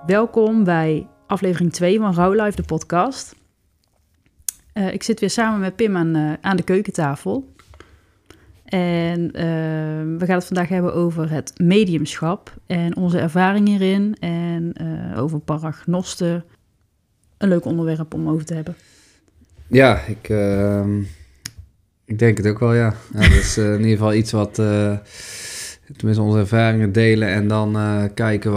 Welkom bij aflevering 2 van Rauw Life, de podcast. Ik zit weer samen met Pim aan de keukentafel. En we gaan het vandaag hebben over het mediumschap en onze ervaring hierin. En over paragnosten. Een leuk onderwerp om over te hebben. Ja, ik denk het ook wel, ja. Dat is in ieder geval iets wat... tenminste onze ervaringen delen en dan kijken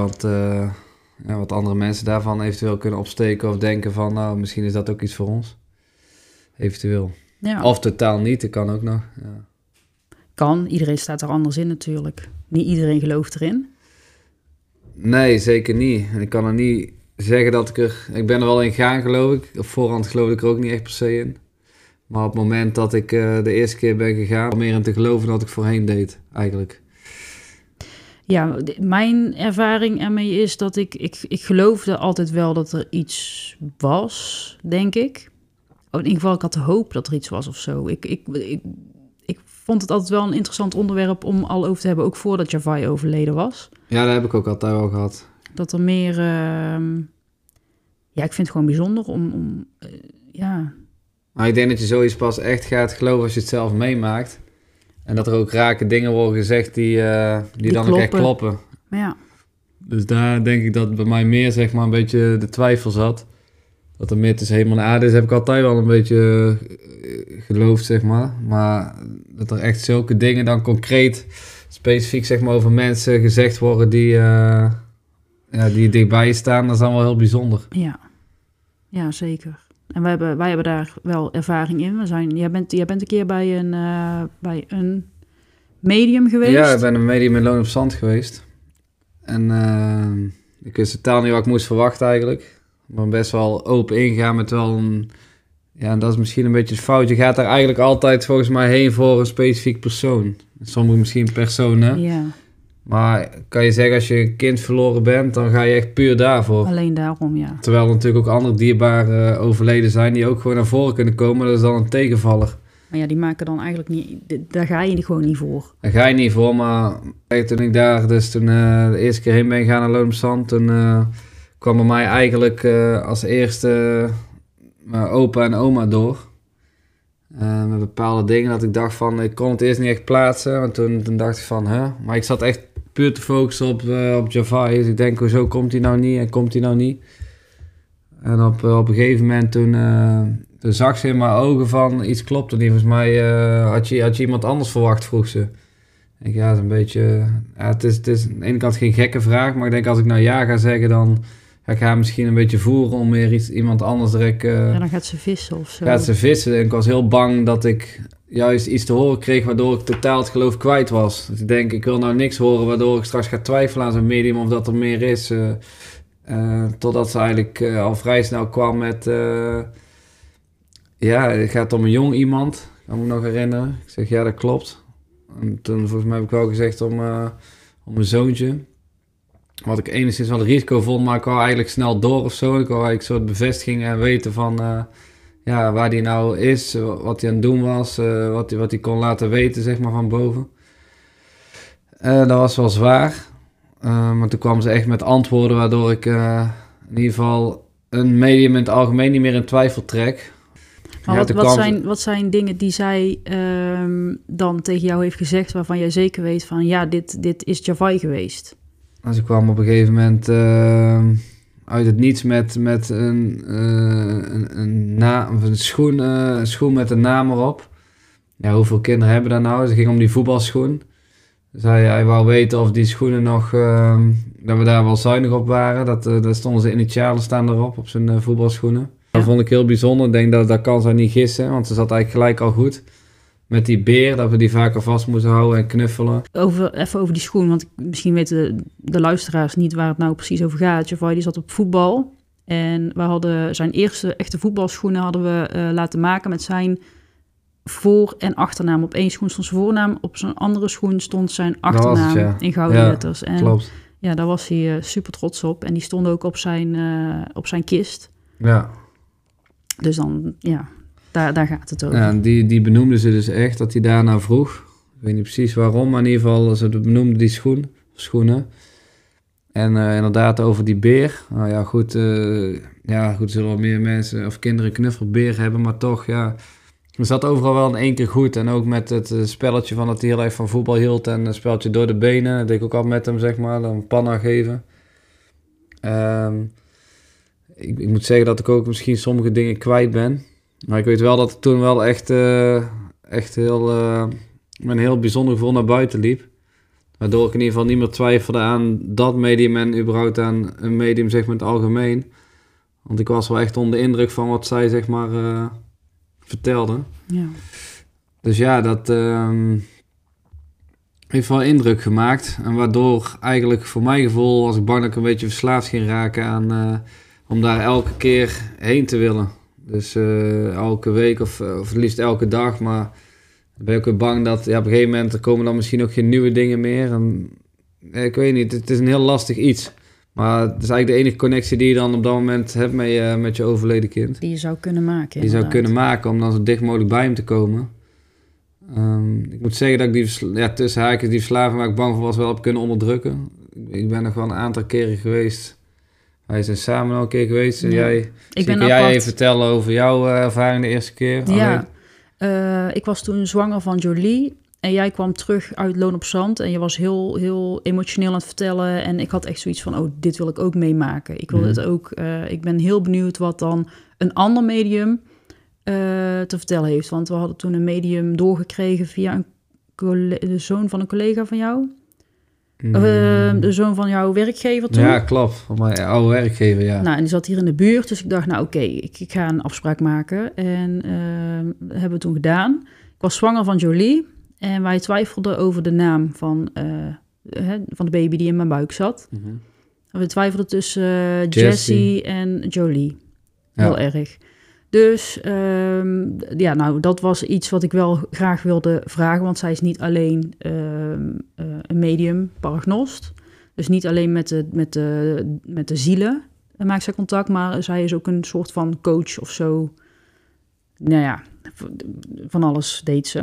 wat andere mensen daarvan eventueel kunnen opsteken of denken van, nou, misschien is dat ook iets voor ons. Eventueel. Ja. Of totaal niet, dat kan ook nog. Ja. Kan, iedereen staat er anders in natuurlijk. Niet iedereen gelooft erin. Nee, zeker niet. En ik kan er niet zeggen dat ik ben er wel in gaan, geloof ik. Op voorhand geloofde ik er ook niet echt per se in. Maar op het moment dat ik de eerste keer ben gegaan, meer in te geloven dan dat ik voorheen deed, eigenlijk. Ja, mijn ervaring ermee is dat ik geloofde altijd wel dat er iets was, denk ik. In ieder geval, ik had de hoop dat er iets was of zo. Ik vond het altijd wel een interessant onderwerp om al over te hebben, ook voordat Javai overleden was. Ja, dat heb ik ook altijd wel gehad. Dat er meer... ik vind het gewoon bijzonder om Maar ik denk dat je zoiets pas echt gaat geloven als je het zelf meemaakt. En dat er ook rake dingen worden gezegd die dan ook echt kloppen. Ja. Dus daar denk ik dat bij mij meer, zeg maar, een beetje de twijfel zat. Dat er meer tussen hemel en aarde is, heb ik altijd wel een beetje geloofd, zeg maar. Maar dat er echt zulke dingen dan concreet, specifiek, zeg maar, over mensen gezegd worden die dichtbij je staan, dat is dan wel heel bijzonder. Ja, zeker. En wij hebben daar wel ervaring in. Jij bent een keer bij een medium geweest? Ja, ik ben een medium in Loon op Zand geweest. En ik wist totaal niet wat ik moest verwachten eigenlijk. Ik ben best wel open ingegaan met wel een... Ja, en dat is misschien een beetje het fout. Je gaat daar eigenlijk altijd volgens mij heen voor een specifiek persoon. Sommigen misschien personen. Ja. Maar kan je zeggen, als je een kind verloren bent, dan ga je echt puur daarvoor. Alleen daarom, ja. Terwijl er natuurlijk ook andere dierbaren overleden zijn die ook gewoon naar voren kunnen komen. Dat is dan een tegenvaller. Maar ja, die maken dan eigenlijk niet... Daar ga je gewoon niet voor. Daar ga je niet voor, maar toen ik daar de eerste keer heen ben gegaan naar Loon op Zand, toen kwam bij mij eigenlijk als eerste mijn opa en oma door. Met bepaalde dingen dat ik dacht van, ik kon het eerst niet echt plaatsen. Want toen dacht ik van, maar ik zat echt puur te focussen op Javai. Dus ik denk, hoezo komt hij nou niet en komt hij nou niet? En op een gegeven moment toen zag ze in mijn ogen van, iets klopte niet. Volgens mij had je iemand anders verwacht, vroeg ze. Ik ja, het is een beetje... het is aan de ene kant geen gekke vraag, maar ik denk als ik nou ja ga zeggen, dan ga ik haar misschien een beetje voeren om weer iemand anders direct... dan gaat ze vissen of zo. Gaat ze vissen en ik was heel bang dat ik juist iets te horen kreeg waardoor ik totaal het geloof kwijt was. Dus ik denk, ik wil nou niks horen waardoor ik straks ga twijfelen aan zo'n medium of dat er meer is. Totdat ze eigenlijk al vrij snel kwam met... het gaat om een jong iemand, ik kan me nog herinneren. Ik zeg, ja, dat klopt. En toen volgens mij heb ik wel gezegd om een zoontje. Wat ik enigszins wel een risico vond, maar ik wou eigenlijk snel door of zo. Ik wou eigenlijk een soort bevestiging en weten van waar die nou is, wat hij aan het doen was, wat hij kon laten weten, zeg maar, van boven. Dat was wel zwaar. Maar toen kwamen ze echt met antwoorden waardoor ik in ieder geval een medium in het algemeen niet meer in twijfel trek. Maar wat zijn dingen die zij dan tegen jou heeft gezegd waarvan jij zeker weet van ja, dit is Javai geweest? Dus ik kwam op een gegeven moment uit het niets met een schoen met een naam erop. Ja, hoeveel kinderen hebben daar nou? Dus het ging om die voetbalschoen. Dus hij wou weten of die schoenen nog, dat we daar wel zuinig op waren. Daar stonden zijn initialen staan erop, op zijn voetbalschoenen. Ja. Dat vond ik heel bijzonder. Ik denk dat kan zij niet gissen, want ze zat eigenlijk gelijk al goed. Met die beer, dat we die vaker vast moesten houden en knuffelen. Even over die schoen, want misschien weten de luisteraars niet waar het nou precies over gaat. Javai die zat op voetbal en we hadden zijn eerste echte voetbalschoenen laten maken met zijn voor- en achternaam. Op één schoen stond zijn voornaam, op zijn andere schoen stond zijn achternaam in gouden letters. En klopt. Ja, daar was hij super trots op en die stond ook op zijn kist. Ja. Dus dan, ja... Daar gaat het over. Ja, die benoemde ze dus echt, dat hij daarna vroeg. Ik weet niet precies waarom, maar in ieder geval, ze benoemde die schoenen. En inderdaad over die beer. Nou ja, goed. Goed, zullen wel meer mensen of kinderen knuffelbeer hebben. Maar toch, ja. Er zat overal wel in één keer goed. En ook met het spelletje van dat hij heel erg van voetbal hield. En een spelletje door de benen. Dat deed ik ook al met hem, zeg maar. Dan panna geven. Ik moet zeggen dat ik ook misschien sommige dingen kwijt ben. Maar ik weet wel dat ik toen wel echt heel... met een heel bijzonder gevoel naar buiten liep. Waardoor ik in ieder geval niet meer twijfelde aan dat medium en überhaupt aan een medium, zeg maar, in het algemeen. Want ik was wel echt onder de indruk van wat zij, zeg maar, vertelde. Ja. Dus ja, dat heeft wel indruk gemaakt. En waardoor eigenlijk voor mijn gevoel was ik bang dat ik een beetje verslaafd ging raken aan... om daar elke keer heen te willen. Dus elke week of het liefst elke dag. Maar dan ben ik ook weer bang dat op een gegeven moment... er komen dan misschien ook geen nieuwe dingen meer. En, ik weet niet, het is een heel lastig iets. Maar het is eigenlijk de enige connectie die je dan op dat moment hebt met je overleden kind. Die je zou kunnen maken. Die je zou kunnen maken om dan zo dicht mogelijk bij hem te komen. Ik moet zeggen dat ik tussen haakjes die verslaving waar ik bang voor was wel heb kunnen onderdrukken. Ik ben nog wel een aantal keren geweest... Wij zijn samen al een keer geweest. En jij even vertellen over jouw ervaring de eerste keer? Ja, ik was toen zwanger van Jolie. En jij kwam terug uit Loon op Zand. En je was heel, heel emotioneel aan het vertellen. En ik had echt zoiets van, dit wil ik ook meemaken. Ik wil het ook. Ik ben heel benieuwd wat dan een ander medium te vertellen heeft. Want we hadden toen een medium doorgekregen via de zoon van een collega van jou. De zoon van jouw werkgever toen. Ja, klopt. Van mijn oude werkgever, ja. Nou, en die zat hier in de buurt. Dus ik dacht, oké, ik ga een afspraak maken. En dat hebben we toen gedaan. Ik was zwanger van Jolie. En wij twijfelden over de naam van de baby die in mijn buik zat. Mm-hmm. We twijfelden tussen Jessie en Jolie. Heel erg. Dus dat was iets wat ik wel graag wilde vragen. Want zij is niet alleen een medium paragnost. Dus niet alleen met de zielen maakt zij contact. Maar zij is ook een soort van coach of zo. Nou ja, van alles deed ze.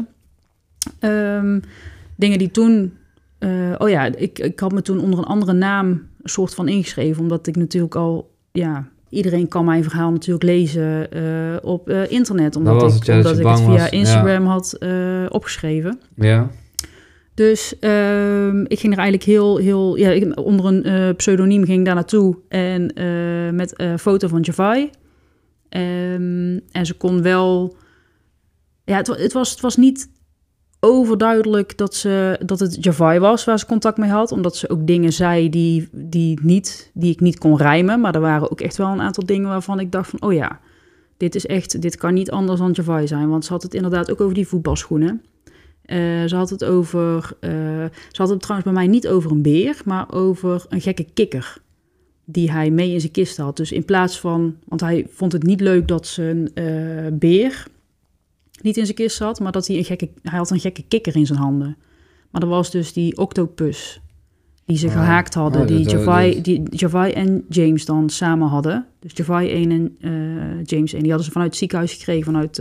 Dingen die toen... ik had me toen onder een andere naam een soort van ingeschreven. Omdat ik natuurlijk al... Iedereen kan mijn verhaal natuurlijk lezen op internet. Omdat ik het via Instagram had opgeschreven. Ja. Dus ik ging er eigenlijk heel onder een pseudoniem ging ik daar naartoe. En met een foto van Javai. En ze kon wel... Ja, het was niet overduidelijk dat het Javai was waar ze contact mee had. Omdat ze ook dingen zei die ik niet kon rijmen. Maar er waren ook echt wel een aantal dingen waarvan ik dacht van... dit kan niet anders dan Javai zijn. Want ze had het inderdaad ook over die voetbalschoenen. Ze had het trouwens bij mij niet over een beer, maar over een gekke kikker die hij mee in zijn kist had. Dus in plaats van... Want hij vond het niet leuk dat zijn beer niet in zijn kist zat, maar dat hij had een gekke kikker in zijn handen. Maar er was dus die octopus die ze gehaakt hadden, die Javai en James dan samen hadden. Dus Javai 1 en James 1. Die hadden ze vanuit het ziekenhuis gekregen, vanuit...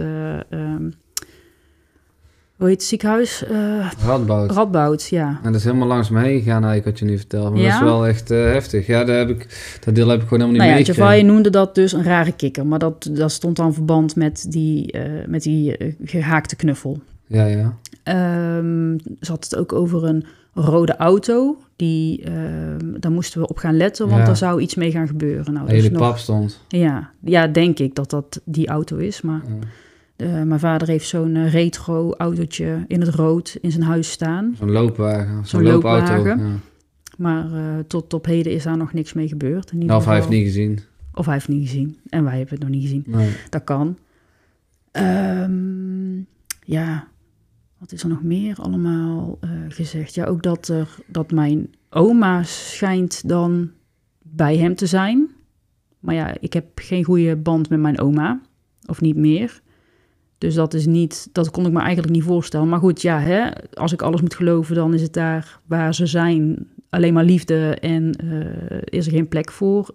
hoe heet het ziekenhuis? Radboud, ja. En dat is helemaal langs me heen gegaan, eigenlijk, wat je nu vertelt. Maar dat is wel echt heftig. Ja, dat deel heb ik gewoon helemaal niet meegekregen. Javai noemde dat dus een rare kikker. Maar dat stond dan verband met die gehaakte knuffel. Ja. Ze had het ook over een rode auto. Daar moesten we op gaan letten, want daar zou iets mee gaan gebeuren. Nou, dus de pap stond. Ja, denk ik dat die auto is, maar... mijn vader heeft zo'n retro autootje in het rood in zijn huis staan. Zo'n loopwagen. Zo'n loopauto. Ja. Maar tot op heden is daar nog niks mee gebeurd. Of hij heeft niet gezien. Of hij heeft niet gezien. En wij hebben het nog niet gezien. Nee. Dat kan. Wat is er nog meer allemaal gezegd? Ja, ook dat mijn oma schijnt dan bij hem te zijn. Maar ja, ik heb geen goede band met mijn oma. Of niet meer. Dus dat kon ik me eigenlijk niet voorstellen. Maar goed, als ik alles moet geloven, dan is het daar waar ze zijn alleen maar liefde en is er geen plek voor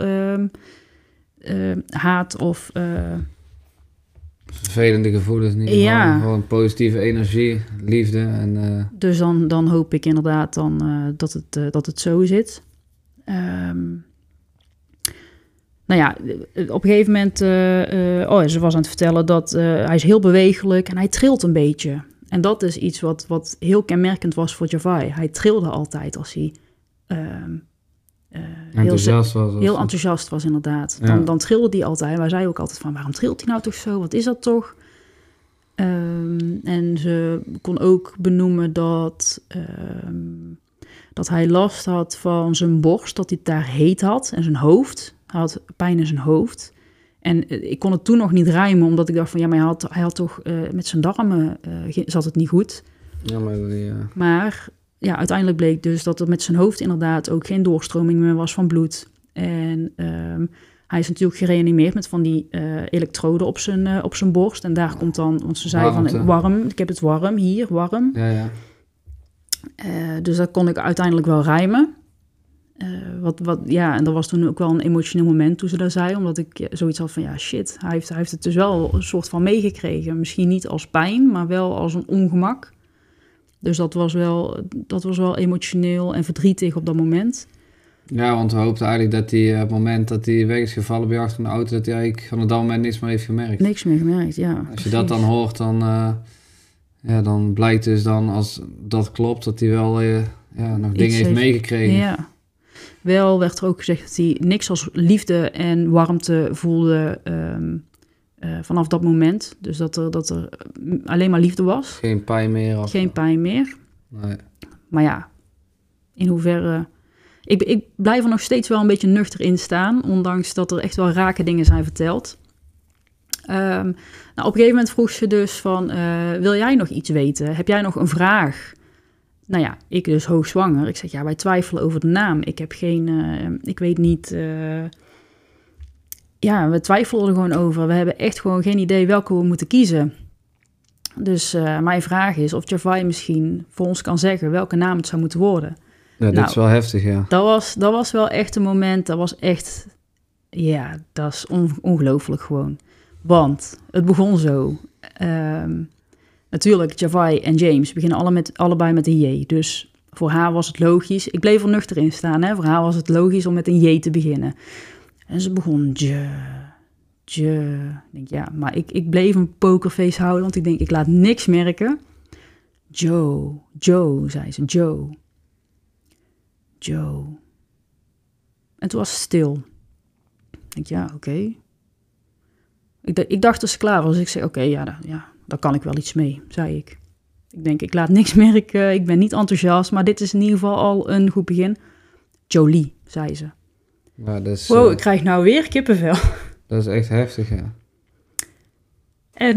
haat of... vervelende gevoelens niet. Ja. Gewoon positieve energie, liefde. En, Dus dan hoop ik inderdaad dat het zo zit. Nou ja, op een gegeven moment... ze was aan het vertellen dat hij is heel bewegelijk en hij trilt een beetje. En dat is iets wat heel kenmerkend was voor Javai. Hij trilde altijd als hij... heel enthousiast was, inderdaad. Ja. Dan trilde hij altijd. Wij zeiden ook altijd van, waarom trilt hij nou toch zo? Wat is dat toch? En ze kon ook benoemen dat hij last had van zijn borst, dat hij het daar heet had. En zijn hoofd. Hij had pijn in zijn hoofd. En ik kon het toen nog niet rijmen, omdat ik dacht van, ja, maar hij had toch met zijn darmen zat het niet goed. Ja, Maar ja, uiteindelijk bleek dus dat er met zijn hoofd inderdaad ook geen doorstroming meer was van bloed. En hij is natuurlijk gereanimeerd met van die elektroden op zijn borst. En daar komt dan, want ze zei van warm, ik heb het warm, hier, warm. Ja. Dus dat kon ik uiteindelijk wel rijmen. En dat was toen ook wel een emotioneel moment toen ze dat zei. Omdat ik zoiets had van, ja shit, hij heeft het dus wel een soort van meegekregen. Misschien niet als pijn, maar wel als een ongemak. Dus dat was wel emotioneel en verdrietig op dat moment. Ja, want we hoopten eigenlijk dat hij op het moment dat hij weg is gevallen bij achter een auto, dat hij eigenlijk van dat moment niks meer heeft gemerkt. Niks meer gemerkt, ja. Als precies. je dat dan hoort, dan blijkt dus dan, als dat klopt, dat hij wel nog dingen heeft meegekregen. Ja. Wel werd er ook gezegd dat hij niks als liefde en warmte voelde vanaf dat moment. Dus dat er alleen maar liefde was. Geen pijn meer. Geen pijn meer. Nee. Maar ja, in hoeverre... Ik blijf er nog steeds wel een beetje nuchter in staan, ondanks dat er echt wel rake dingen zijn verteld. Op een gegeven moment vroeg ze dus van, wil jij nog iets weten? Heb jij nog een vraag? Nou ja, ik dus hoogzwanger. Ik zeg, ja, wij twijfelen over de naam. Ik heb ik weet niet... we twijfelen er gewoon over. We hebben echt gewoon geen idee welke we moeten kiezen. Dus mijn vraag is of Javai misschien voor ons kan zeggen welke naam het zou moeten worden. Ja, dat is wel heftig, ja. Dat was wel echt een moment, dat was echt... Ja, dat is ongelooflijk gewoon. Want het begon zo. Natuurlijk, Javai en James beginnen allebei met een J. Dus voor haar was het logisch. Ik bleef er nuchter in staan, hè. Voor haar was het logisch om met een J te beginnen. En ze begon... Ik denk, ja, maar ik bleef een pokerface houden, want ik denk, ik laat niks merken. Joe, zei ze. Joe. En toen was het stil. Ik denk, ja, oké. Ik dacht dat ze klaar was. Ik zei, oké, daar kan ik wel iets mee, zei ik. Ik denk, ik laat niks merken. Ik ben niet enthousiast, maar dit is in ieder geval al een goed begin. Jolie, zei ze. Ja, dat is, wow, ik krijg nou weer kippenvel. Dat is echt heftig, ja. En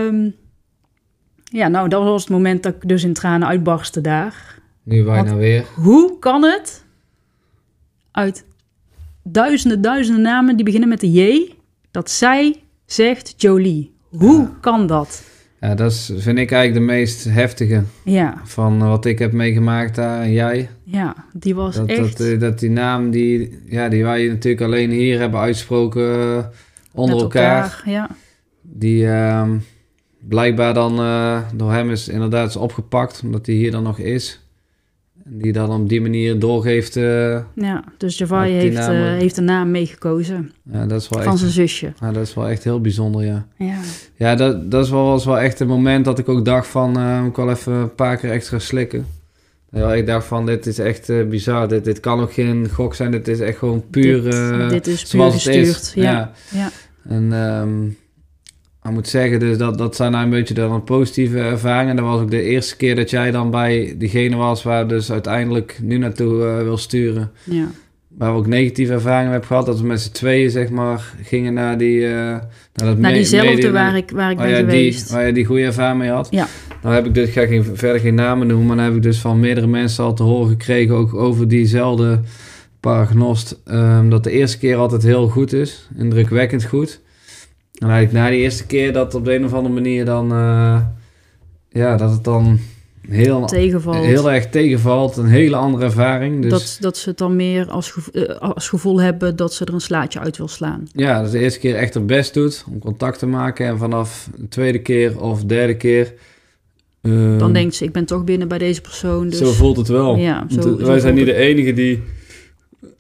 dat was het moment dat ik dus in tranen uitbarstte daar. Nu bijna weer. Hoe kan het uit duizenden namen die beginnen met de J, dat zij zegt Jolie? Hoe kan dat? Ja, dat vind ik eigenlijk de meest heftige van wat ik heb meegemaakt daar en jij. Ja, die was echt... Dat die naam, die wij natuurlijk alleen hier hebben uitgesproken onder elkaar. Ja. Die blijkbaar dan door hem is inderdaad opgepakt, omdat hij hier dan nog is. En die dan op die manier doorgeeft. Dus Javai heeft de naam meegekozen. Ja, dat is wel van echt, zijn zusje. Ja, dat is wel echt heel bijzonder, ja. Ja, dat was wel echt een moment dat ik ook dacht van... ik wil even een paar keer extra slikken. Ja, ik dacht van, dit is echt bizar. Dit kan ook geen gok zijn. Dit is echt gewoon puur... dit is puur gestuurd. Ja. En... ik moet zeggen, dus dat zijn nou een beetje dan een positieve ervaring. En dat was ook de eerste keer dat jij dan bij diegene was waar dus uiteindelijk nu naartoe wil sturen. Ja. Waar we ook negatieve ervaringen hebben gehad. Dat we met z'n tweeën, zeg maar, gingen naar die... naar diezelfde waar ik ben geweest. Waar je die goede ervaring mee had. Ja. Nou heb ik dus, ik ga verder geen namen noemen, maar dan heb ik dus van meerdere mensen al te horen gekregen, ook over diezelfde paragnost, dat de eerste keer altijd heel goed is. Indrukwekkend goed. En eigenlijk na die eerste keer dat op de een of andere manier dan... dat het dan heel erg tegenvalt. Een hele andere ervaring. Dus... Dat ze het dan meer als gevoel hebben dat ze er een slaatje uit wil slaan. Ja, dat de eerste keer echt haar best doet om contact te maken. En vanaf de tweede keer of derde keer... dan denkt ze, ik ben toch binnen bij deze persoon. Dus... Zo voelt het wel. Ja, wij zijn niet de enige die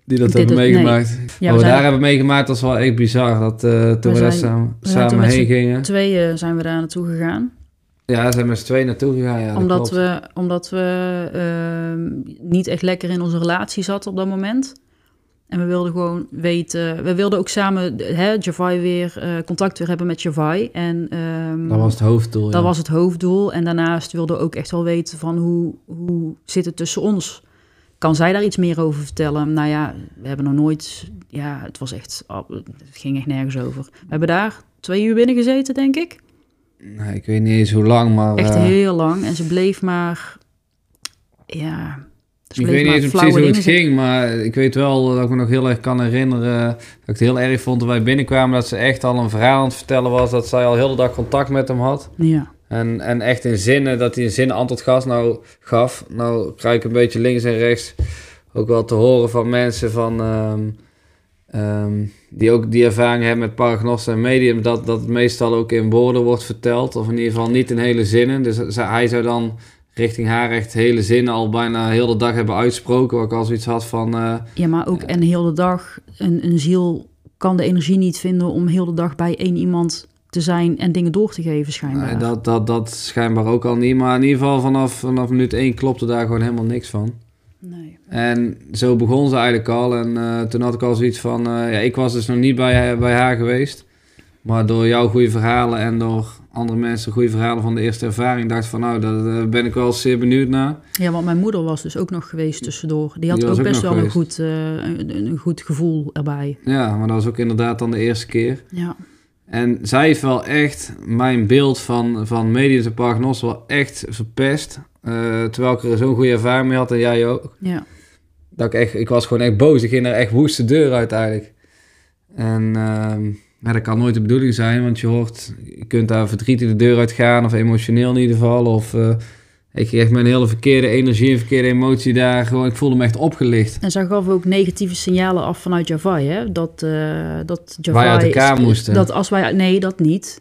die dat hebben meegemaakt. Ja, we daar hebben meegemaakt, dat was wel echt bizar. Dat toen we daar samen heen gingen. Tweeën zijn we daar naartoe gegaan. Ja, zijn met z'n tweeën naartoe gegaan, ja. Omdat we niet echt lekker in onze relatie zaten op dat moment. En we wilden gewoon weten... We wilden ook samen Javai weer contact weer hebben met Javai. En dat was het hoofddoel, Dat was het hoofddoel. En daarnaast wilden we ook echt wel weten van hoe zit het tussen ons? Kan zij daar iets meer over vertellen? Nou ja, we hebben nog nooit... Ja, het was echt... Het ging echt nergens over. We hebben daar 2 uur binnen gezeten, denk ik. Nee, ik weet niet eens hoe lang, maar... Echt heel lang. En ze bleef maar... Ja... Ik weet niet eens precies hoe het ging, maar ik weet wel dat ik me nog heel erg kan herinneren... dat ik het heel erg vond toen wij binnenkwamen... dat ze echt al een verhaal aan het vertellen was... dat zij al heel de dag contact met hem had. Ja. En echt in zinnen, dat hij in zinnen antwoord gaf. Nou krijg ik een beetje links en rechts ook wel te horen van mensen van... die ook die ervaring hebben met paragnosten en medium... dat het meestal ook in woorden wordt verteld... of in ieder geval niet in hele zinnen. Dus hij zou dan richting haar echt hele zinnen... al bijna heel de dag hebben uitsproken... waar ik al zoiets had van... ja, maar ook en heel de dag... Een ziel kan de energie niet vinden... om heel de dag bij één iemand te zijn... en dingen door te geven, schijnbaar. Nee, dat schijnbaar ook al niet. Maar in ieder geval vanaf minuut 1 klopte daar gewoon helemaal niks van. Nee. En zo begon ze eigenlijk al. En toen had ik al zoiets van... ik was dus nog niet bij haar geweest. Maar door jouw goede verhalen en door andere mensen goede verhalen van de eerste ervaring... dacht ik van nou, daar ben ik wel zeer benieuwd naar. Ja, want mijn moeder was dus ook nog geweest tussendoor. Die had ook best wel een goed gevoel erbij. Ja, maar dat was ook inderdaad dan de eerste keer. Ja. En zij heeft wel echt mijn beeld van mediums en paragnosten wel echt verpest... terwijl ik er zo'n goede ervaring mee had en jij ook. Ja. Ik was gewoon echt boos. Ik ging er echt woest de deur uit eigenlijk. En dat kan nooit de bedoeling zijn, want je kunt daar verdrietig de deur uit gaan, of emotioneel in ieder geval. Of ik kreeg mijn hele verkeerde energie en verkeerde emotie daar. Gewoon, ik voelde me echt opgelicht. En zij gaf ook negatieve signalen af vanuit Javai, hè? Dat Javai... Wij uit elkaar moesten. Dat als wij... Nee, dat niet.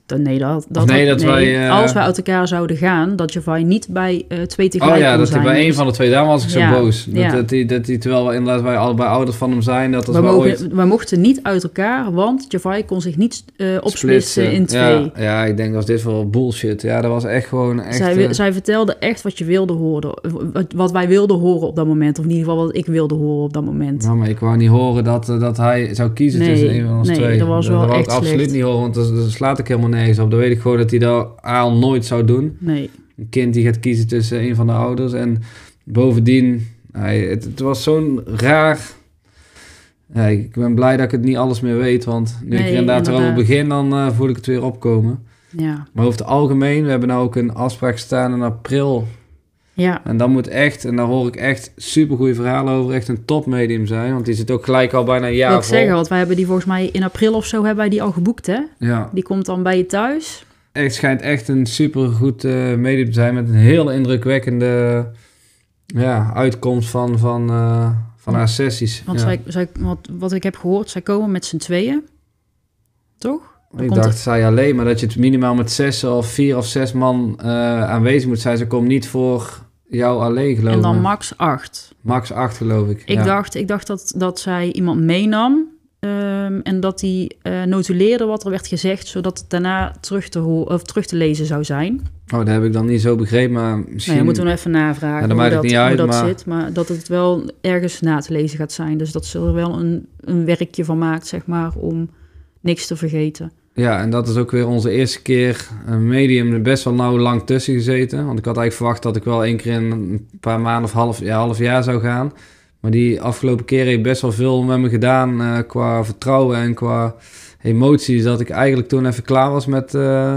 Als wij uit elkaar zouden gaan, dat Javai niet bij 2 tegelijk kon zijn. Dat hij bij één van de 2, daarom was ik zo boos. Ja. Dat hij terwijl we inderdaad wij allebei ouders van hem zijn, we mochten niet uit elkaar, want Javai kon zich niet opsplitsen in 2. Ja, ik denk dat dit wel bullshit. Ja, dat was echt gewoon... Zij vertelde echt wat je wilde horen. Wat wij wilden horen op dat moment. Of in ieder geval wat ik wilde horen op dat moment. Nou, maar ik wou niet horen dat hij zou kiezen tussen een van ons 2. Dat was wel echt slecht. Dat wou ik absoluut niet horen, want daar slaat ik helemaal nergens op. Dan weet ik gewoon dat hij dat al nooit zou doen. Nee. Een kind die gaat kiezen tussen een van de ouders. En bovendien, het was zo'n raar... Ja, ik ben blij dat ik het niet alles meer weet. Want nu ik er inderdaad erover begin, dan voel ik het weer opkomen. Ja. Maar over het algemeen, we hebben nou ook een afspraak staan in april. Ja. En dan moet echt, en daar hoor ik echt supergoeie verhalen over, echt een topmedium zijn. Want die zit ook gelijk al bijna een jaar vol. Ik zeggen, want wij hebben die volgens mij in april of zo hebben wij die al geboekt, hè? Ja. Die komt dan bij je thuis. Het schijnt echt een supergoed medium te zijn met een heel indrukwekkende uitkomst van haar sessies. Want wat ik heb gehoord, zij komen met z'n tweeën, toch? Ik dacht, zij alleen, maar dat je het minimaal met 6 of 4 of 6 man aanwezig moet zijn. Ze komt niet voor jou alleen, geloof ik. En dan max 8. Max 8, geloof ik. Ik dacht dat zij iemand meenam en dat die notuleerde wat er werd gezegd, zodat het daarna terug te lezen zou zijn. Oh, dat heb ik dan niet zo begrepen, maar misschien... Nou, moeten we even navragen hoe dat zit. Maar dat het wel ergens na te lezen gaat zijn. Dus dat ze er wel een werkje van maakt, zeg maar, om niks te vergeten. Ja, en dat is ook weer onze eerste keer een medium er best wel lang tussen gezeten. Want ik had eigenlijk verwacht dat ik wel 1 keer in een paar maanden of half jaar zou gaan. Maar die afgelopen keer heeft best wel veel met me gedaan qua vertrouwen en qua emoties. Dat ik eigenlijk toen even klaar was met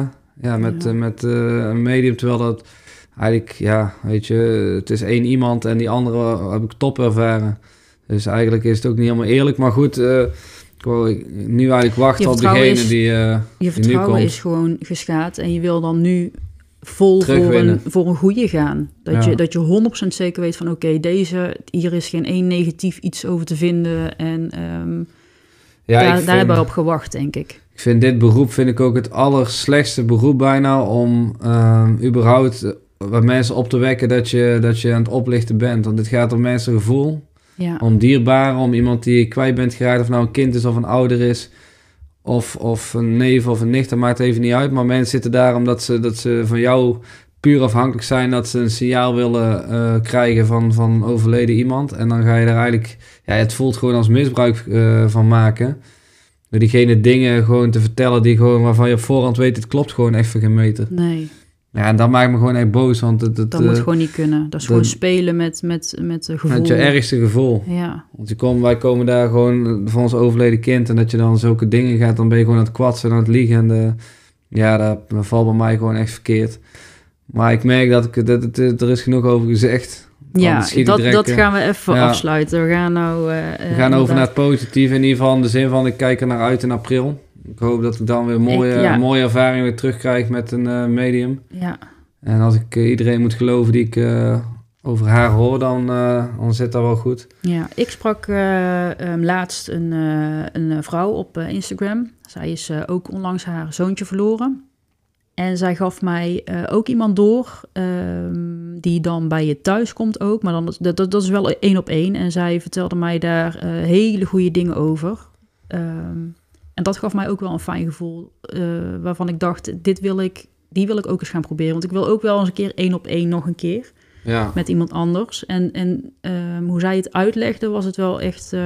een medium. Terwijl dat eigenlijk, weet je, het is 1 iemand en die andere heb ik top ervaren. Dus eigenlijk is het ook niet helemaal eerlijk. Maar goed... Ik wou nu eigenlijk wachten op degene die je vertrouwen is gewoon geschaad en je wil dan nu vol voor een goede gaan. Dat je 100% zeker weet van oké, hier is geen 1 negatief iets over te vinden. En daar hebben we op gewacht, denk ik. Ik vind dit beroep ook het allerslechtste beroep bijna om überhaupt wat mensen op te wekken dat je aan het oplichten bent. Want dit gaat om mensengevoel. Ja. Om dierbaren, om iemand die je kwijt bent geraakt, of nou een kind is of een ouder is, of een neef of een nicht, dat maakt even niet uit. Maar mensen zitten daar omdat ze van jou puur afhankelijk zijn, dat ze een signaal willen krijgen van overleden iemand. En dan ga je daar eigenlijk, het voelt gewoon als misbruik van maken. Door diegene dingen gewoon te vertellen die gewoon, waarvan je op voorhand weet, het klopt gewoon echt voor geen meter. Nee. Ja, en dat maakt me gewoon echt boos, want Dat moet gewoon niet kunnen. Dat is gewoon spelen met gevoel. Met je ergste gevoel. Ja. Want wij komen daar gewoon van ons overleden kind, en dat je dan zulke dingen gaat, dan ben je gewoon aan het kwatsen en aan het liegen. En dat valt bij mij gewoon echt verkeerd. Maar ik merk dat er is genoeg over gezegd. Ja, dat gaan we even afsluiten. We gaan over naar het positieve, in ieder geval in de zin van, ik kijk er naar uit in april. Ik hoop dat ik dan weer een mooie ervaring weer terugkrijg met een medium. Ja. En als ik iedereen moet geloven die ik over haar hoor, dan zit dat wel goed. Ja, ik sprak laatst een vrouw op Instagram. Zij is ook onlangs haar zoontje verloren. En zij gaf mij ook iemand door die dan bij je thuis komt ook. Maar dan, dat is wel 1 op 1. En zij vertelde mij daar hele goede dingen over. En dat gaf mij ook wel een fijn gevoel. Waarvan ik dacht, die wil ik ook eens gaan proberen. Want ik wil ook wel eens een keer 1 op 1 nog een keer. Ja. Met iemand anders. En hoe zij het uitlegde, was het wel echt...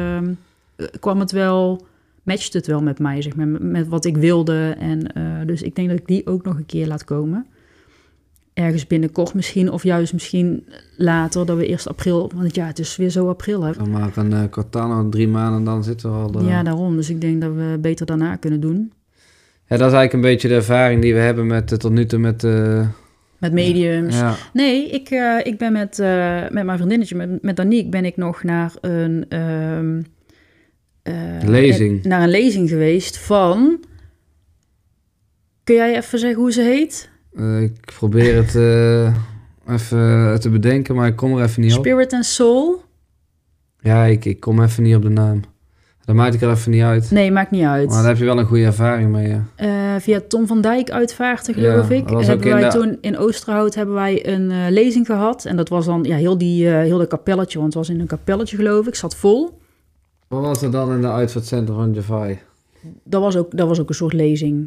matchte het wel met mij, zeg maar, met wat ik wilde. En dus ik denk dat ik die ook nog een keer laat komen. Ergens binnenkort misschien, of juist misschien later, dat we eerst april... Want het is weer zo april. Hè. Dan maar een kwartaal, nog 3 maanden, dan zitten we al... Ja, daarom. Dus ik denk dat we beter daarna kunnen doen. Ja, dat is eigenlijk een beetje de ervaring die we hebben tot nu toe met... Met mediums. Ja. Nee, ik ben met mijn vriendinnetje, met Danique, ben ik nog naar een... lezing. Naar een lezing geweest van... Kun jij even zeggen hoe ze heet? Ik probeer het even te bedenken, maar ik kom er even niet op. Spirit and Soul? Ja, ik kom even niet op de naam. Dat maakt ik er even niet uit. Nee, maakt niet uit. Maar daar heb je wel een goede ervaring mee, ja. Via Tom van Dijk uitvaarten, geloof ik. Toen in Oosterhout hebben wij een lezing gehad. En dat was dan heel de kapelletje, want het was in een kapelletje, geloof ik. Zat vol. Wat was er dan in de uitvaartcentrum van Javai? Dat was ook een soort lezing.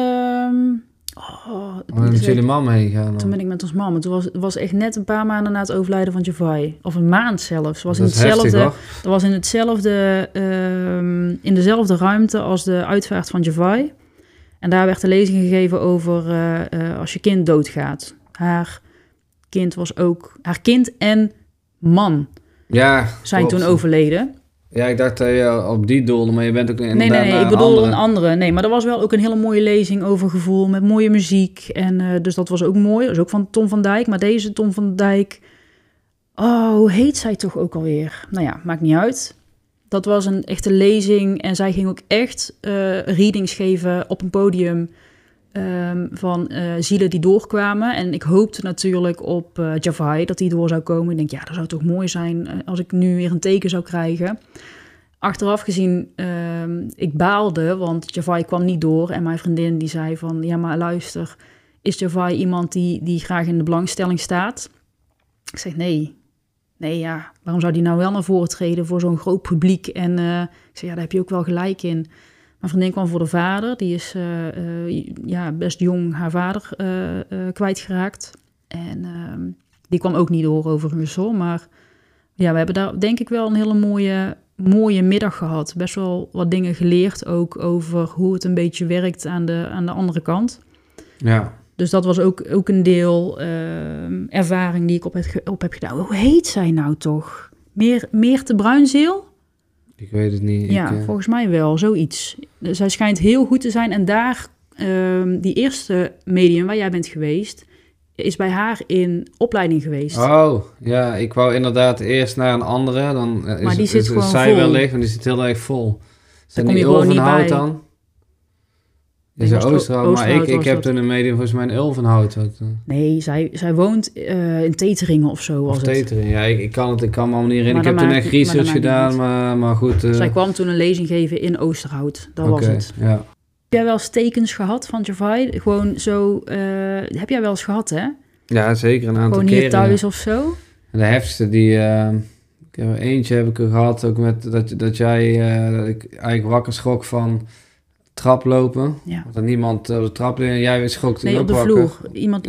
Met jullie mama heen gaan? Toen ben ik met ons mama. Het was echt net een paar maanden na het overlijden van Javai. Of een maand zelfs. Dat was in dezelfde ruimte als de uitvaart van Javai. En daar werd de lezing gegeven over als je kind doodgaat. Haar kind en man zijn toen overleden. Ja, ik dacht dat je op die doelde, maar je bent ook inderdaad Nee, ik bedoel een andere. Nee, maar er was wel ook een hele mooie lezing over gevoel met mooie muziek. En dus dat was ook mooi. Dat was ook van Tom van Dijk. Maar deze Tom van Dijk... Oh, hoe heet zij toch ook alweer? Nou ja, maakt niet uit. Dat was een echte lezing. En zij ging ook echt readings geven op een podium... van zielen die doorkwamen. En ik hoopte natuurlijk op Javai dat die door zou komen. Ik denk, ja, dat zou toch mooi zijn als ik nu weer een teken zou krijgen. Achteraf gezien, ik baalde, want Javai kwam niet door. En mijn vriendin die zei van, ja, maar luister, is Javai iemand die graag in de belangstelling staat? Ik zeg, nee, ja, waarom zou die nou wel naar voren treden voor zo'n groot publiek? En ik zeg, ja, daar heb je ook wel gelijk in. Mijn vriendin kwam voor de vader. Die is best jong haar vader kwijtgeraakt. En die kwam ook niet door overigens hoor. Maar ja, we hebben daar denk ik wel een hele mooie middag gehad. Best wel wat dingen geleerd ook over hoe het een beetje werkt aan de andere kant. Ja. Dus dat was ook een deel ervaring die ik op heb gedaan. Hoe heet zij nou toch? Meerte Bruinzeel? Ik weet het niet. Ja, volgens mij wel, zoiets. Zij schijnt heel goed te zijn. En daar, die eerste medium waar jij bent geweest... is bij haar in opleiding geweest. Oh, ja, ik wou inderdaad eerst naar een andere. Dan maar die zit gewoon zij vol. wellicht, want die zit heel erg vol. Daar kom je gewoon niet bij. Dan? Is er Oosterhout, maar ik heb toen een medium volgens mij in Ulvenhout. Nee, zij woont in Teteringen of zo. Of Teteringen, ja, ik kan me allemaal niet herinneren. Ik heb toen echt research gedaan, maar goed. Zij kwam toen een lezing geven in Oosterhout, dat was het. Ja. Heb jij wel eens tekens gehad van Javai? Gewoon zo, heb jij wel eens gehad, hè? Ja, zeker, een aantal keren. Gewoon hier thuis of zo? En de heftigste, die Eentje heb ik er gehad, ook met dat ik eigenlijk wakker schrok van traplopen. Ja. Dat er niemand op de trap ligt en jij schrok Nee, ook op de wakker. vloer.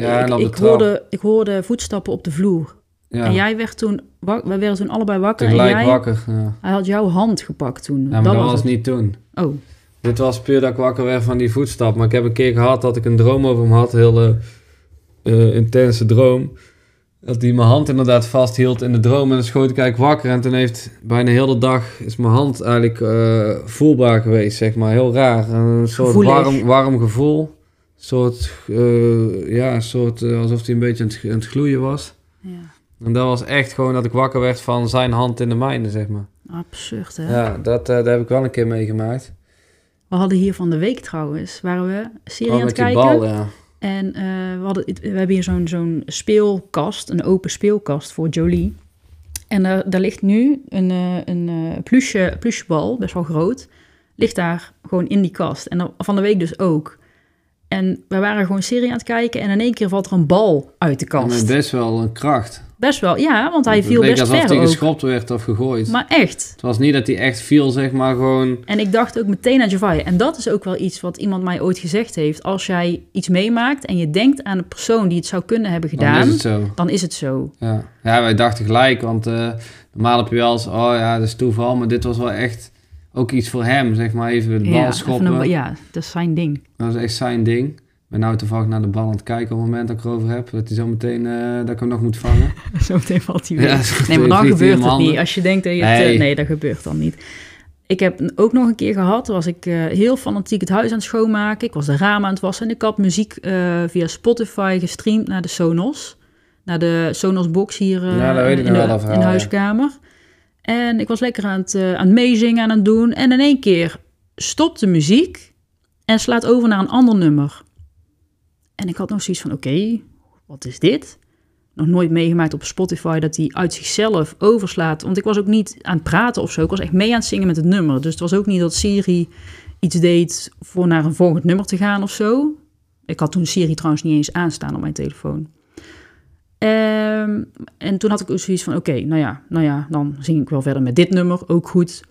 Ik hoorde voetstappen op de vloer. Ja. En jij werd toen... wij werden toen allebei wakker. Tegelijk en jij, wakker, ja. Hij had jouw hand gepakt toen. Ja, maar dat was niet toen. Oh. Dit was puur dat ik wakker werd van die voetstap. Maar ik heb een keer gehad dat ik een droom over hem had. Een hele intense droom. Dat hij mijn hand inderdaad vasthield in de droom. En dan schoot ik eigenlijk wakker. En toen heeft bijna heel de dag is mijn hand eigenlijk voelbaar geweest, zeg maar. Heel raar. Een soort warm gevoel. Een soort alsof hij een beetje aan het gloeien was. Ja. En dat was echt gewoon dat ik wakker werd van zijn hand in de mijne, zeg maar. Absurd, hè? Ja, dat heb ik wel een keer meegemaakt. We hadden hier van de week trouwens, waren we serie aan het met die kijken. bal, ja. En we hebben hier zo'n speelkast, een open speelkast voor Jolie. En daar ligt nu een plusjebal, best wel groot, ligt daar gewoon in die kast. En van de week dus ook. En we waren gewoon serie aan het kijken en in één keer valt er een bal uit de kast. Met best wel een kracht. Best wel, ja, want hij viel best ver ook. Het leek alsof hij geschopt werd of gegooid. Maar echt. Het was niet dat hij echt viel, zeg maar, gewoon... En ik dacht ook meteen aan Javai. En dat is ook wel iets wat iemand mij ooit gezegd heeft. Als jij iets meemaakt en je denkt aan een persoon die het zou kunnen hebben gedaan... Dan is het zo. Dan is het zo. Ja, wij dachten gelijk, want normaal heb je wel eens... Oh ja, dat is toeval, maar dit was wel echt ook iets voor hem, zeg maar. Even de bal schoppen. Ja, dat is zijn ding. Dat is echt zijn ding. Ik ben nou toevallig naar de bal aan het kijken op het moment dat ik erover heb. Dat hij zo meteen, dat ik hem nog moet vangen. Zo meteen valt hij weer. Ja, nee, maar dan gebeurt het niet. Als je denkt dat je het... Nee, dat gebeurt dan niet. Ik heb ook nog een keer gehad, was ik heel fanatiek het huis aan het schoonmaken. Ik was de ramen aan het wassen en ik had muziek via Spotify gestreamd naar de Sonos. Naar de Sonos box hier in de huiskamer. En ik was lekker aan het meezingen, aan het doen. En in één keer stopt de muziek en slaat over naar een ander nummer. En ik had nog zoiets van, oké, wat is dit? Nog nooit meegemaakt op Spotify dat hij uit zichzelf overslaat. Want ik was ook niet aan het praten of zo. Ik was echt mee aan het zingen met het nummer. Dus het was ook niet dat Siri iets deed voor naar een volgend nummer te gaan of zo. Ik had toen Siri trouwens niet eens aanstaan op mijn telefoon. En toen had ik ook zoiets van, oké, nou ja, dan zing ik wel verder met dit nummer, ook goed.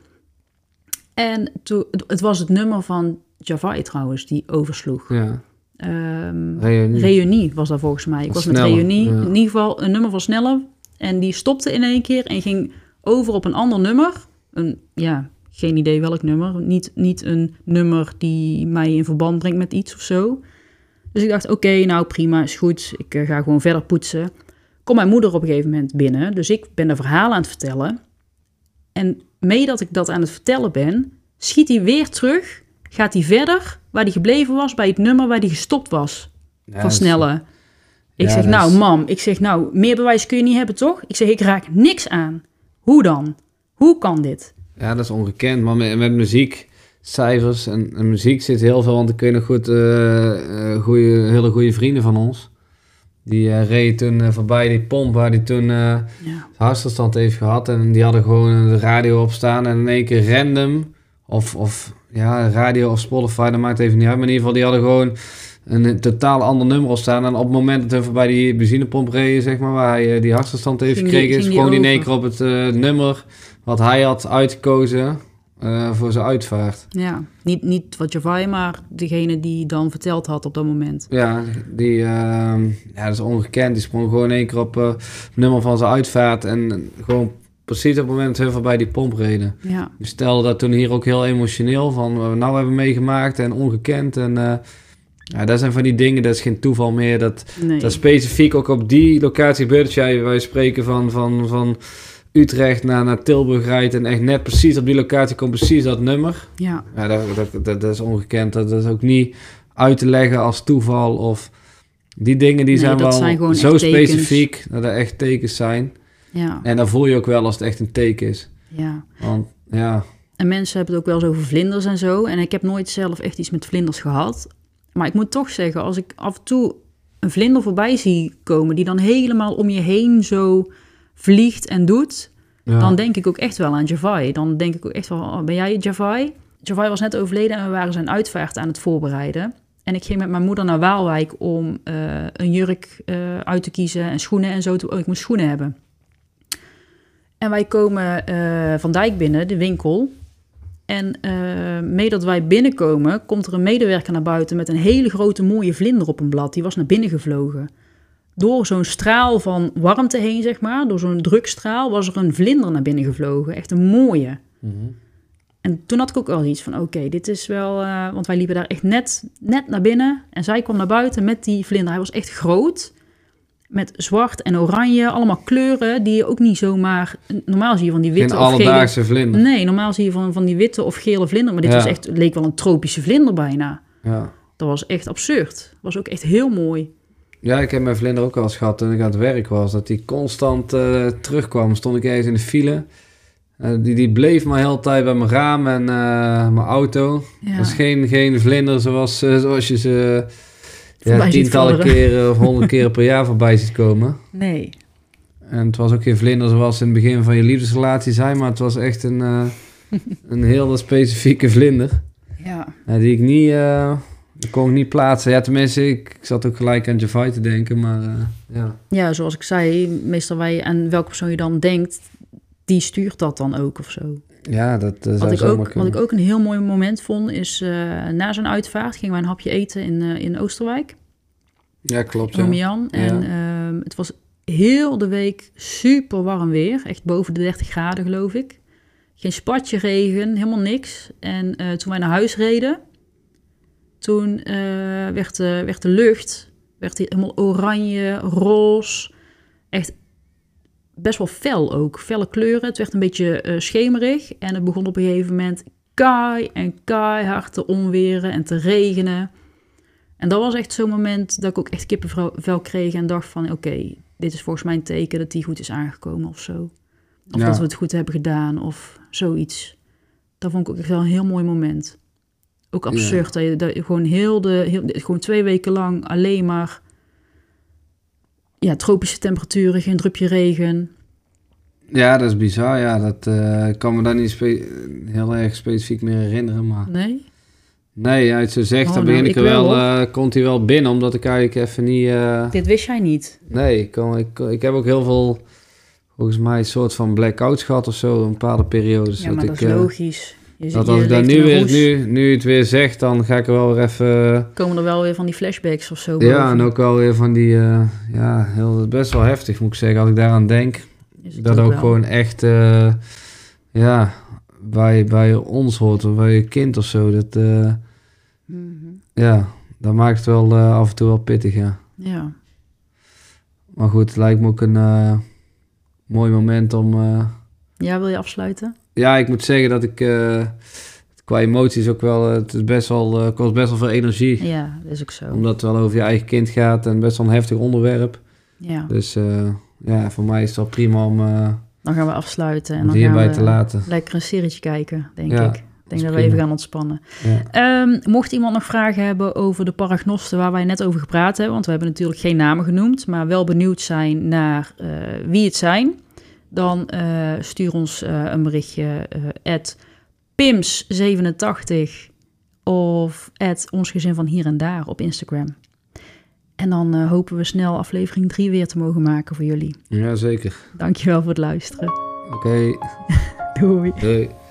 En het was het nummer van Javai trouwens, die oversloeg. Ja. Reunie was dat volgens mij. Ik was met Reunie. Ja. In ieder geval een nummer van Sneller. En die stopte in één keer en ging over op een ander nummer. Geen idee welk nummer. Niet een nummer die mij in verband brengt met iets of zo. Dus ik dacht, oké, nou prima, is goed. Ik ga gewoon verder poetsen. Kom mijn moeder op een gegeven moment binnen. Dus ik ben een verhaal aan het vertellen. En mee dat ik dat aan het vertellen ben, schiet hij weer terug. Gaat hij verder waar hij gebleven was bij het nummer waar hij gestopt was. Ja, van Snelle. Ik zeg, nou mam, meer bewijs kun je niet hebben, toch? Ik zeg, ik raak niks aan. Hoe dan? Hoe kan dit? Ja, dat is ongekend. Maar met muziek, cijfers en muziek zit heel veel. Want ik weet nog goed, hele goede vrienden van ons. Die reden toen voorbij die pomp waar die toen hartstilstand heeft gehad. En die hadden gewoon de radio op staan. En in één keer random, radio of Spotify, dat maakt even niet uit. Maar in ieder geval, die hadden gewoon een totaal ander nummer op staan. En op het moment dat hij voorbij die benzinepomp reden, zeg maar, waar hij die hartstilstand heeft gekregen, is gewoon in één keer op het nummer wat hij had uitgekozen voor zijn uitvaart. Ja, niet wat Javai, maar degene die dan verteld had op dat moment. Ja, dat is ongekend. Die sprong gewoon in één keer op het nummer van zijn uitvaart en gewoon precies op het moment dat we voorbij die pomp reden. Ja. We stelden dat toen hier ook heel emotioneel van wat we nou hebben meegemaakt en ongekend. En dat zijn van die dingen, dat is geen toeval meer. Dat specifiek ook op die locatie gebeurt. Wij spreken van Utrecht naar Tilburg rijdt en echt net precies op die locatie komt precies dat nummer. Ja. Dat is ongekend. Dat is ook niet uit te leggen als toeval of die dingen die zijn wel zo specifiek dat er echt tekens zijn. Ja. En dan voel je ook wel als het echt een teken is. Ja. Want, ja. En mensen hebben het ook wel eens over vlinders en zo. En ik heb nooit zelf echt iets met vlinders gehad. Maar ik moet toch zeggen, als ik af en toe een vlinder voorbij zie komen die dan helemaal om je heen zo vliegt en doet, dan denk ik ook echt wel aan Javai. Dan denk ik ook echt wel, ben jij Javai? Javai was net overleden en we waren zijn uitvaart aan het voorbereiden. En ik ging met mijn moeder naar Waalwijk om een jurk uit te kiezen en schoenen en zo. Ik moest schoenen hebben. En wij komen Van Dijk binnen, de winkel. En mee dat wij binnenkomen, komt er een medewerker naar buiten met een hele grote mooie vlinder op een blad. Die was naar binnen gevlogen. Door zo'n straal van warmte heen, zeg maar, door zo'n drukstraal, was er een vlinder naar binnen gevlogen. Echt een mooie. Mm-hmm. En toen had ik ook wel iets van, oké, dit is wel... want wij liepen daar echt net naar binnen. En zij kwam naar buiten met die vlinder. Hij was echt groot. Met zwart en oranje. Allemaal kleuren die je ook niet zomaar... Normaal zie je van die witte Geen of gele... alledaagse vlinder. Nee, normaal zie je van die witte of gele vlinder. Maar dit was echt, leek wel een tropische vlinder bijna. Ja. Dat was echt absurd. Was ook echt heel mooi. Ja, ik heb mijn vlinder ook al eens gehad toen ik aan het werk was. Dat die constant terugkwam. Stond ik ergens in de file. Die bleef maar de hele tijd bij mijn raam en mijn auto. Ja. Dat is geen vlinder zoals je ze Voorbij ziet tientallen fladderen. keren of 100 keren per jaar voorbij ziet komen. Nee. En het was ook geen vlinder zoals in het begin van je liefdesrelatie zijn, maar het was echt een heel specifieke vlinder. Ja. Die ik niet... dat kon ik niet plaatsen. Ja, tenminste, ik zat ook gelijk aan Javai te denken, maar ja. Ja, zoals ik zei, meestal wij aan welke persoon je dan denkt, die stuurt dat dan ook of zo. Ja, dat zou Wat zomaar kunnen. ik ook een heel mooi moment vond, is na zijn uitvaart gingen wij een hapje eten in Oosterwijk. Ja, klopt. Ja. Oom Jan. En het was heel de week super warm weer. Echt boven de 30 graden, geloof ik. Geen spatje regen, helemaal niks. En toen wij naar huis reden, toen werd de lucht helemaal oranje, roze. Echt best wel fel ook. Felle kleuren. Het werd een beetje schemerig. En het begon op een gegeven moment keihard te onweren en te regenen. En dat was echt zo'n moment dat ik ook echt kippenvel kreeg en dacht van, oké, dit is volgens mij een teken dat die goed is aangekomen of zo. Of dat we het goed hebben gedaan of zoiets. Dat vond ik ook echt wel een heel mooi moment. Ook absurd dat je gewoon gewoon 2 weken lang alleen maar tropische temperaturen, geen drupje regen. Ja, dat is bizar. Ja, dat ik kan me daar niet heel erg specifiek meer herinneren, maar... Nee, uit zo zegt, dan begin ik er wel, komt hij wel binnen, omdat ik eigenlijk even niet... Dit wist jij niet? Nee, ik heb ook heel veel, volgens mij, een soort van blackouts gehad of zo, een bepaalde periodes. Ja, maar dat is logisch. Dat als ik dan nu het weer zeg, dan ga ik er wel weer even... Komen er wel weer van die flashbacks of zo? Ja, boven. en ook wel weer van die, best wel heftig moet ik zeggen, als ik daaraan denk. Dat ook gewoon echt, bij ons hoort, of bij je kind of zo. Dat, ja, dat maakt het wel af en toe wel pittig, ja. Ja. Maar goed, het lijkt me ook een mooi moment om... Ja, wil je afsluiten? Ja, ik moet zeggen dat ik qua emoties ook wel... Het is best wel, kost best wel veel energie. Ja, dat is ook zo. Omdat het wel over je eigen kind gaat en best wel een heftig onderwerp. Ja. Dus voor mij is het wel prima om... dan gaan we afsluiten en dan hierbij gaan we te laten. lekker een serietje kijken, denk Ja, ik. Ik denk dat we even gaan ontspannen. Ja. Mocht iemand nog vragen hebben over de paragnosten waar wij net over gepraat hebben, want we hebben natuurlijk geen namen genoemd, maar wel benieuwd zijn naar wie het zijn, dan stuur ons een berichtje @pims87 of @onsgezin van hier en daar op Instagram. En dan hopen we snel aflevering 3 weer te mogen maken voor jullie. Ja, zeker. Dankjewel voor het luisteren. Oké. Doei. Doei.